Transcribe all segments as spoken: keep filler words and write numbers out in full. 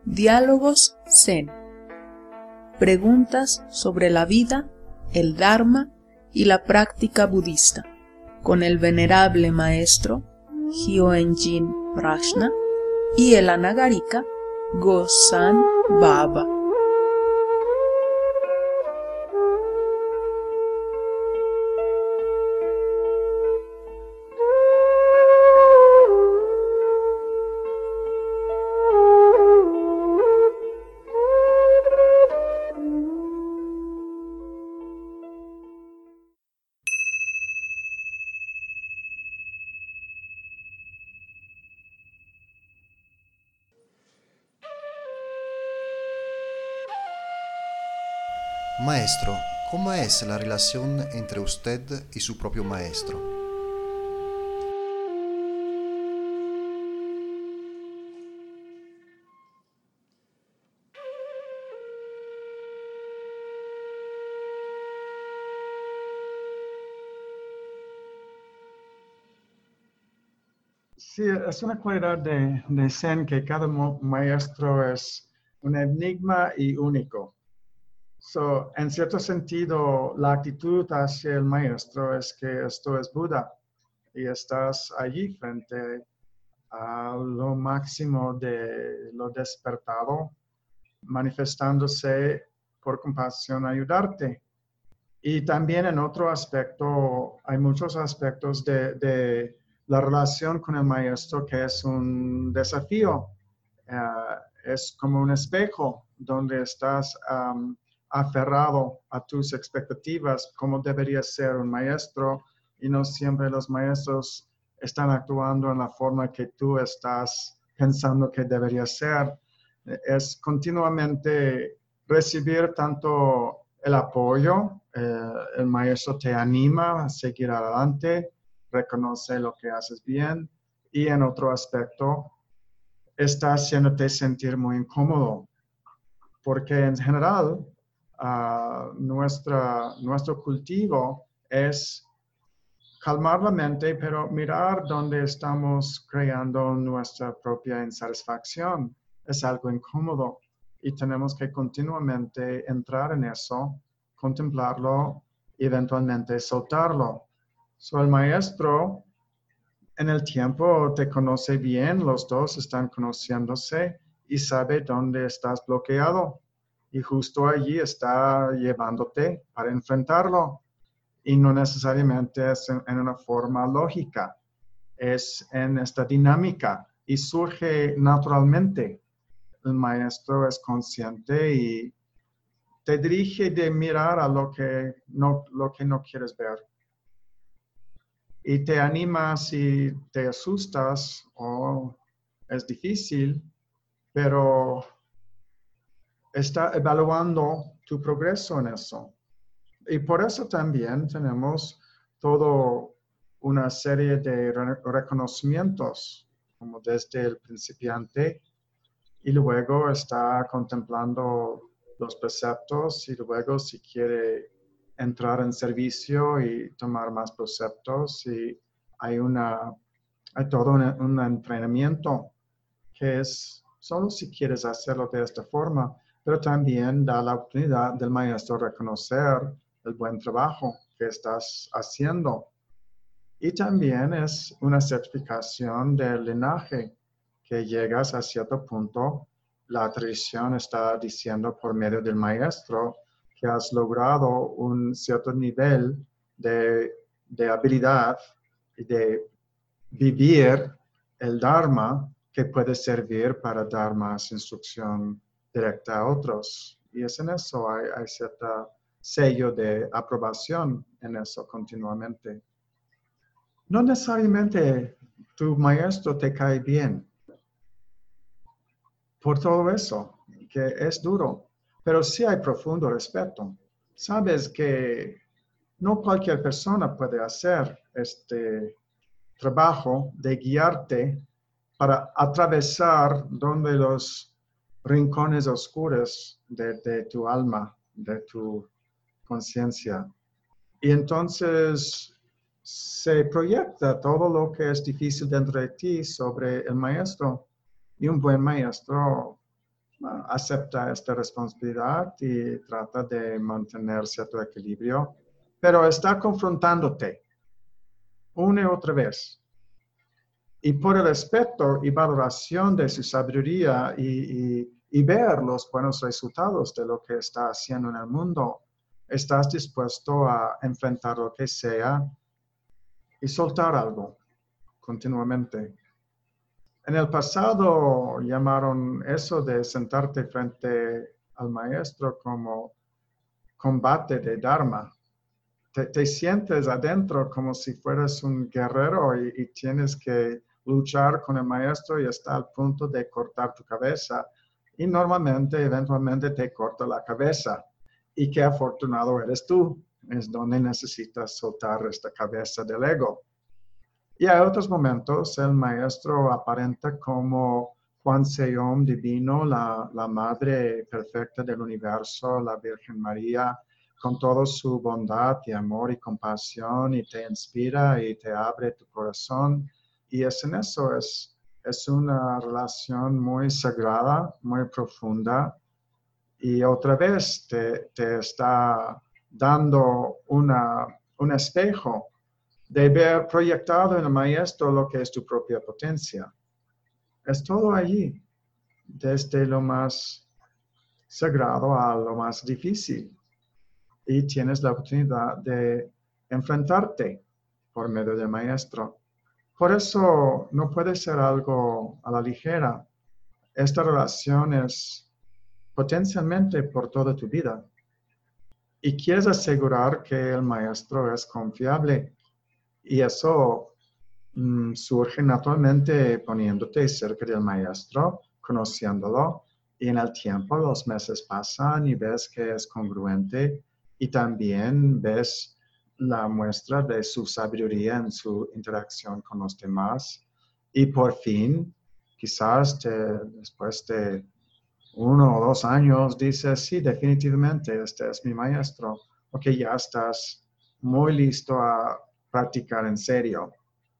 Diálogos Zen. Preguntas sobre la vida, el Dharma y la práctica budista, con el venerable maestro Hyoen-jin Prajna y el anagarika Go-san Baba. Maestro, ¿cómo es la relación entre usted y su propio maestro? Sí, es una cualidad de, de Zen que cada maestro es un enigma y único. So, en cierto sentido, la actitud hacia el maestro es que esto es Buda y estás allí frente a lo máximo de lo despertado, manifestándose por compasión a ayudarte. Y también en otro aspecto, hay muchos aspectos de, de la relación con el maestro que es un desafío. Uh, es como un espejo donde estás um, aferrado a tus expectativas, como debería ser un maestro, y no siempre los maestros están actuando en la forma que tú estás pensando que debería ser. Es continuamente recibir tanto el apoyo, eh, el maestro te anima a seguir adelante, reconoce lo que haces bien, y en otro aspecto, está haciéndote sentir muy incómodo, porque en general uh, nuestra, nuestro cultivo es calmar la mente, pero mirar dónde estamos creando nuestra propia insatisfacción. Es algo incómodo y tenemos que continuamente entrar en eso, contemplarlo y eventualmente soltarlo. So, el maestro en el tiempo te conoce bien, los dos están conociéndose y sabe dónde estás bloqueado. Y justo allí está llevándote para enfrentarlo. Y no necesariamente es en, en una forma lógica, es en esta dinámica y surge naturalmente. El maestro es consciente y te dirige de mirar a lo que no, lo que no quieres ver. Y te anima si te asustas o es difícil, pero está evaluando tu progreso en eso. Y por eso también tenemos toda una serie de re- reconocimientos, como desde el principiante, y luego está contemplando los preceptos, y luego si quiere entrar en servicio y tomar más preceptos, y hay, una, hay todo un, un entrenamiento que es solo si quieres hacerlo de esta forma, pero también da la oportunidad del maestro reconocer el buen trabajo que estás haciendo. Y también es una certificación del linaje que llegas a cierto punto. La tradición está diciendo por medio del maestro que has logrado un cierto nivel de, de habilidad y de vivir el Dharma que puede servir para dar más instrucción directa a otros. Y es en eso, hay, hay cierto sello de aprobación en eso continuamente. No necesariamente tu maestro te cae bien por todo eso, que es duro, pero sí hay profundo respeto. Sabes que no cualquier persona puede hacer este trabajo de guiarte para atravesar donde los rincones oscuros de, de tu alma, de tu conciencia. Y entonces se proyecta todo lo que es difícil dentro de ti sobre el maestro. Y un buen maestro uh, acepta esta responsabilidad y trata de mantener cierto equilibrio, pero está confrontándote una y otra vez. Y por el respeto y valoración de su sabiduría y, y, y ver los buenos resultados de lo que está haciendo en el mundo, estás dispuesto a enfrentar lo que sea y soltar algo continuamente. En el pasado llamaron eso de sentarte frente al maestro como combate de Dharma. Te, te sientes adentro como si fueras un guerrero y, y tienes que luchar con el maestro y está al punto de cortar tu cabeza. Y normalmente, eventualmente te corta la cabeza. Y qué afortunado eres tú. Es donde necesitas soltar esta cabeza del ego. Y hay otros momentos, el maestro aparenta como Juan Seyom divino, la, la madre perfecta del universo, la Virgen María, con toda su bondad y amor y compasión, y te inspira y te abre tu corazón. Y es en eso, es, es una relación muy sagrada, muy profunda. Y otra vez te, te está dando una, un espejo de ver proyectado en el maestro lo que es tu propia potencia. Es todo allí, desde lo más sagrado a lo más difícil. Y tienes la oportunidad de enfrentarte por medio del maestro. Por eso no puede ser algo a la ligera. Esta relación es potencialmente por toda tu vida. Y quieres asegurar que el maestro es confiable. Y eso mm, surge naturalmente poniéndote cerca del maestro, conociéndolo, y en el tiempo los meses pasan y ves que es congruente y también ves la muestra de su sabiduría en su interacción con los demás. Y por fin, quizás te, después de uno o dos años, dices, sí, definitivamente, este es mi maestro, porque ya estás muy listo a practicar en serio.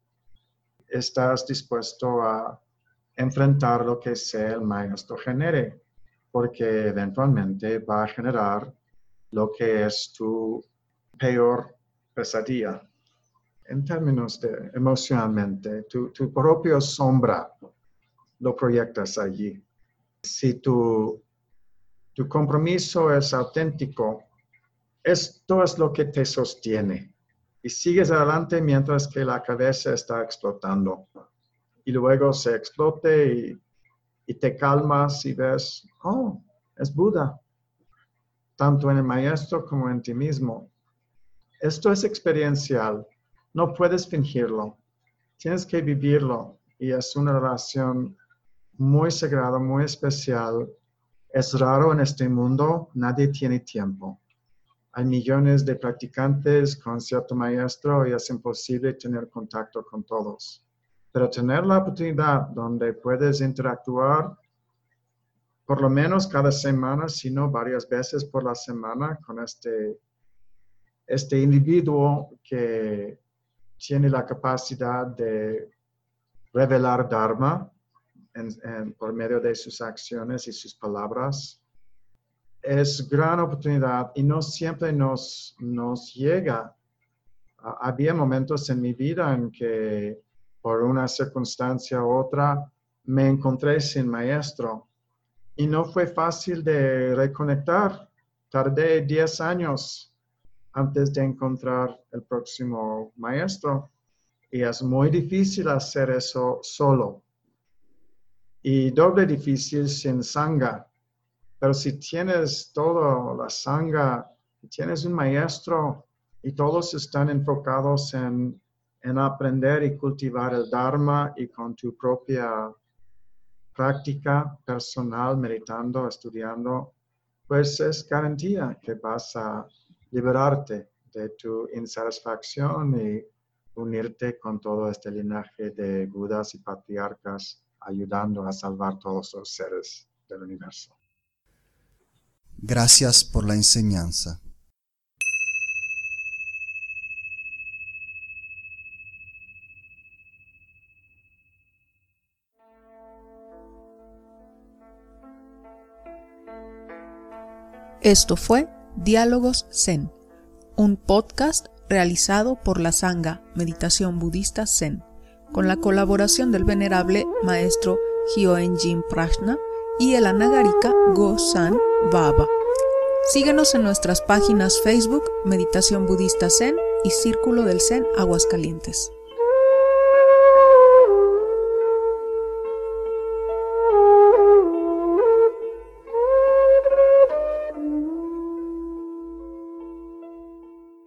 Estás dispuesto a enfrentar lo que sea el maestro genere, porque eventualmente va a generar lo que es tu peor pesadilla. En términos de emocionalmente, tu, tu propia sombra lo proyectas allí. Si tu, tu compromiso es auténtico, esto es lo que te sostiene. Y sigues adelante mientras que la cabeza está explotando. Y luego se explote y, y te calmas y ves, oh, es Buda, tanto en el maestro como en ti mismo. Esto es experiencial, no puedes fingirlo, tienes que vivirlo y es una relación muy sagrada, muy especial. Es raro en este mundo, nadie tiene tiempo. Hay millones de practicantes con cierto maestro y es imposible tener contacto con todos. Pero tener la oportunidad donde puedes interactuar por lo menos cada semana, si no varias veces por la semana con este, este individuo que tiene la capacidad de revelar Dharma en, en, por medio de sus acciones y sus palabras, es gran oportunidad y no siempre nos, nos llega. Uh, había momentos en mi vida en que por una circunstancia u otra me encontré sin maestro y no fue fácil de reconectar. Tardé diez años antes de encontrar el próximo maestro y es muy difícil hacer eso solo y doble difícil sin sangha. Pero si tienes toda la sangha, tienes un maestro y todos están enfocados en, en aprender y cultivar el Dharma y con tu propia práctica personal, meditando, estudiando, pues es garantía que vas a liberarte de tu insatisfacción y unirte con todo este linaje de Budas y patriarcas, ayudando a salvar todos los seres del universo. Gracias por la enseñanza. Esto fue Diálogos Zen, un podcast realizado por la Sangha Meditación Budista Zen, con la colaboración del venerable maestro Gyoen-Jin Prajna y el anagarika Go-San Baba. Síguenos en nuestras páginas Facebook Meditación Budista Zen y Círculo del Zen Aguascalientes.